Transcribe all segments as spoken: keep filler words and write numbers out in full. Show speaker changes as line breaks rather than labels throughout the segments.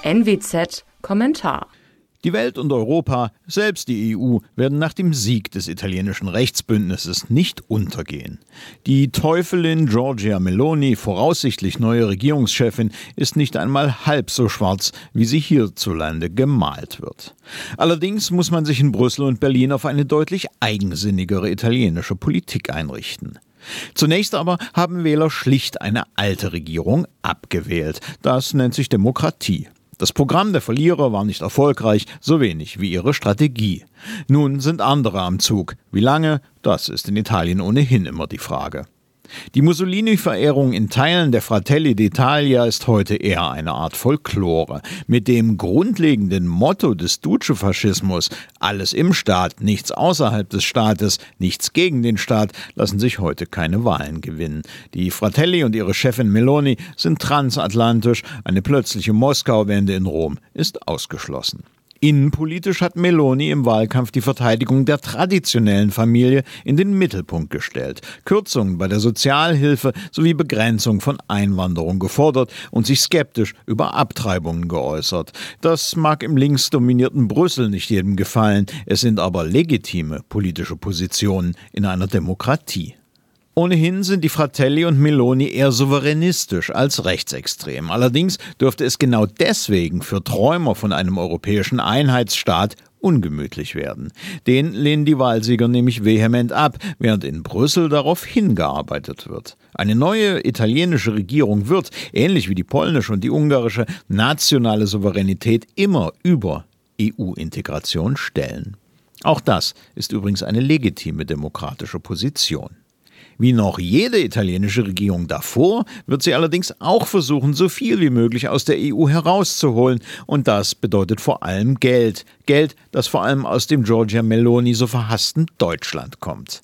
N W Z Kommentar.
Die Welt und Europa, selbst die E U, werden nach dem Sieg des italienischen Rechtsbündnisses nicht untergehen. Die Teufelin Giorgia Meloni, voraussichtlich neue Regierungschefin, ist nicht einmal halb so schwarz, wie sie hierzulande gemalt wird. Allerdings muss man sich in Brüssel und Berlin auf eine deutlich eigensinnigere italienische Politik einrichten. Zunächst aber haben Wähler schlicht eine alte Regierung abgewählt. Das nennt sich Demokratie. Das Programm der Verlierer war nicht erfolgreich, so wenig wie ihre Strategie. Nun sind andere am Zug. Wie lange? Das ist in Italien ohnehin immer die Frage. Die Mussolini-Verehrung in Teilen der Fratelli d'Italia ist heute eher eine Art Folklore. Mit dem grundlegenden Motto des Duce-Faschismus, alles im Staat, nichts außerhalb des Staates, nichts gegen den Staat, lassen sich heute keine Wahlen gewinnen. Die Fratelli und ihre Chefin Meloni sind transatlantisch, eine plötzliche Moskau-Wende in Rom ist ausgeschlossen. Innenpolitisch hat Meloni im Wahlkampf die Verteidigung der traditionellen Familie in den Mittelpunkt gestellt, Kürzungen bei der Sozialhilfe sowie Begrenzung von Einwanderung gefordert und sich skeptisch über Abtreibungen geäußert. Das mag im linksdominierten Brüssel nicht jedem gefallen, es sind aber legitime politische Positionen in einer Demokratie. Ohnehin sind die Fratelli und Meloni eher souveränistisch als rechtsextrem. Allerdings dürfte es genau deswegen für Träumer von einem europäischen Einheitsstaat ungemütlich werden. Den lehnen die Wahlsieger nämlich vehement ab, während in Brüssel darauf hingearbeitet wird. Eine neue italienische Regierung wird, ähnlich wie die polnische und die ungarische, nationale Souveränität immer über E U-Integration stellen. Auch das ist übrigens eine legitime demokratische Position. Wie noch jede italienische Regierung davor, wird sie allerdings auch versuchen, so viel wie möglich aus der E U herauszuholen. Und das bedeutet vor allem Geld. Geld, das vor allem aus dem Giorgia Meloni so verhassten Deutschland kommt.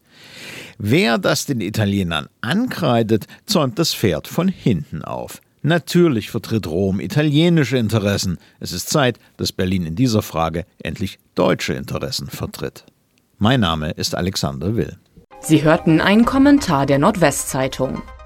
Wer das den Italienern ankreidet, zäumt das Pferd von hinten auf. Natürlich vertritt Rom italienische Interessen. Es ist Zeit, dass Berlin in dieser Frage endlich deutsche Interessen vertritt. Mein Name ist Alexander Will.
Sie hörten einen Kommentar der Nordwestzeitung.